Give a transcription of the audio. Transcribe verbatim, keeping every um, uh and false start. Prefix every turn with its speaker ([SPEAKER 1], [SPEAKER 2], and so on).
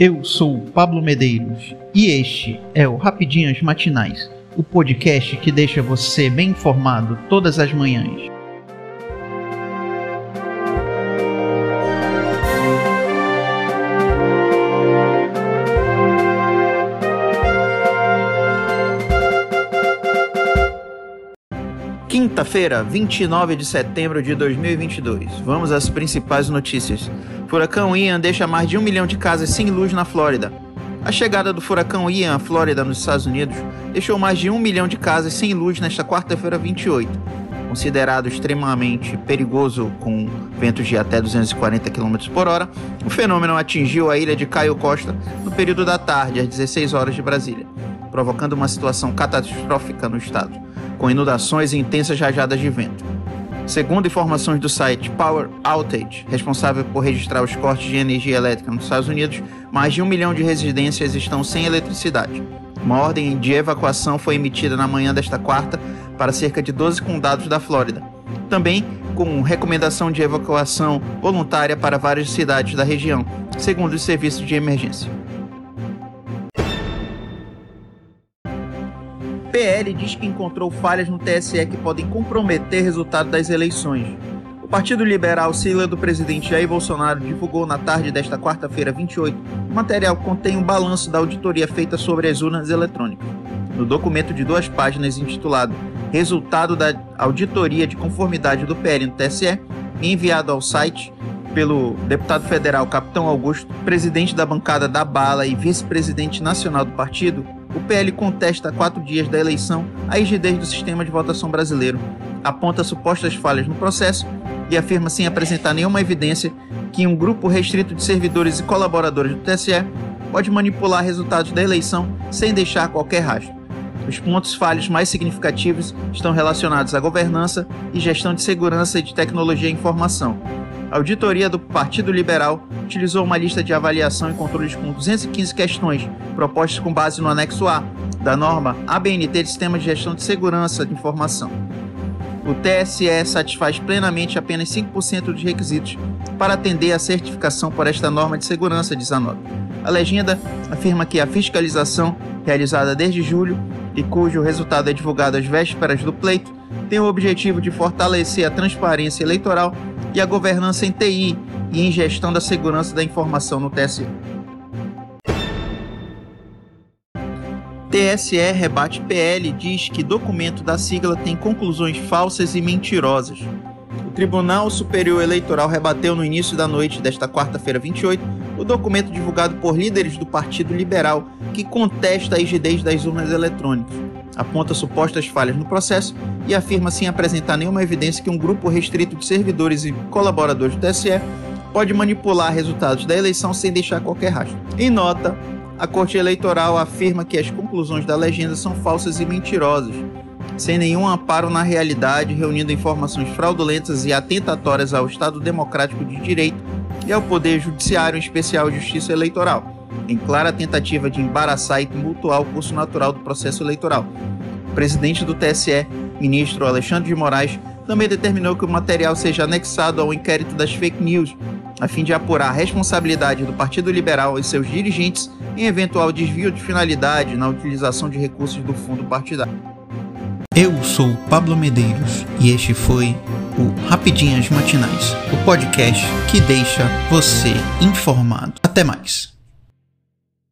[SPEAKER 1] Eu sou o Pablo Medeiros e este é o Rapidinhas Matinais, o podcast que deixa você bem informado todas as manhãs. Quinta-feira, vinte e nove de setembro de dois mil e vinte e dois. Vamos às principais notícias. Furacão Ian deixa mais de um milhão de casas sem luz na Flórida. A chegada do furacão Ian à Flórida, nos Estados Unidos, deixou mais de um milhão de casas sem luz nesta quarta-feira, vinte e oito. Considerado extremamente perigoso, com ventos de até duzentos e quarenta quilômetros por hora, o fenômeno atingiu a ilha de Caio Costa no período da tarde, às dezesseis horas de Brasília, provocando uma situação catastrófica no estado, com inundações e intensas rajadas de vento. Segundo informações do site Power Outage, responsável por registrar os cortes de energia elétrica nos Estados Unidos, mais de um milhão de residências estão sem eletricidade. Uma ordem de evacuação foi emitida na manhã desta quarta para cerca de doze condados da Flórida, também com recomendação de evacuação voluntária para várias cidades da região, segundo os serviços de emergência. P L diz que encontrou falhas no T S E que podem comprometer o resultado das eleições. O Partido Liberal, sigla do presidente Jair Bolsonaro, divulgou na tarde desta quarta-feira, vinte e oito, um material que contém um balanço da auditoria feita sobre as urnas eletrônicas. No documento de duas páginas intitulado Resultado da Auditoria de Conformidade do P L no T S E, enviado ao site pelo deputado federal Capitão Augusto, presidente da bancada da Bala e vice-presidente nacional do partido, o P L contesta há quatro dias da eleição a rigidez do sistema de votação brasileiro, aponta supostas falhas no processo e afirma, sem apresentar nenhuma evidência, que um grupo restrito de servidores e colaboradores do T S E pode manipular resultados da eleição sem deixar qualquer rastro. Os pontos falhos mais significativos estão relacionados à governança e gestão de segurança e de tecnologia e informação. A auditoria do Partido Liberal utilizou uma lista de avaliação e controles com duzentas e quinze questões, propostas com base no anexo A da norma A B N T de Sistema de Gestão de Segurança de Informação. O T S E satisfaz plenamente apenas cinco por cento dos requisitos para atender à certificação por esta norma de segurança, diz a nota. A legenda afirma que a fiscalização, realizada desde julho e cujo resultado é divulgado às vésperas do pleito, tem o objetivo de fortalecer a transparência eleitoral e a governança em T I e em gestão da segurança da informação no T S E. T S E rebate P L e diz que documento da sigla tem conclusões falsas e mentirosas. O Tribunal Superior Eleitoral rebateu no início da noite desta quarta-feira, vinte e oito, o documento divulgado por líderes do Partido Liberal que contesta a rigidez das urnas eletrônicas, aponta supostas falhas no processo e afirma, sem apresentar nenhuma evidência, que um grupo restrito de servidores e colaboradores do T S E pode manipular resultados da eleição sem deixar qualquer rastro. Em nota, a Corte Eleitoral afirma que as conclusões da legenda são falsas e mentirosas, sem nenhum amparo na realidade, reunindo informações fraudulentas e atentatórias ao Estado Democrático de Direito e ao Poder Judiciário, em especial a Justiça Eleitoral, em clara tentativa de embaraçar e tumultuar o curso natural do processo eleitoral. O presidente do T S E, ministro Alexandre de Moraes, também determinou que o material seja anexado ao inquérito das fake news, a fim de apurar a responsabilidade do Partido Liberal e seus dirigentes em eventual desvio de finalidade na utilização de recursos do fundo partidário. Eu sou o Pablo Medeiros e este foi o Rapidinhas Matinais, o podcast que deixa você informado. Até mais.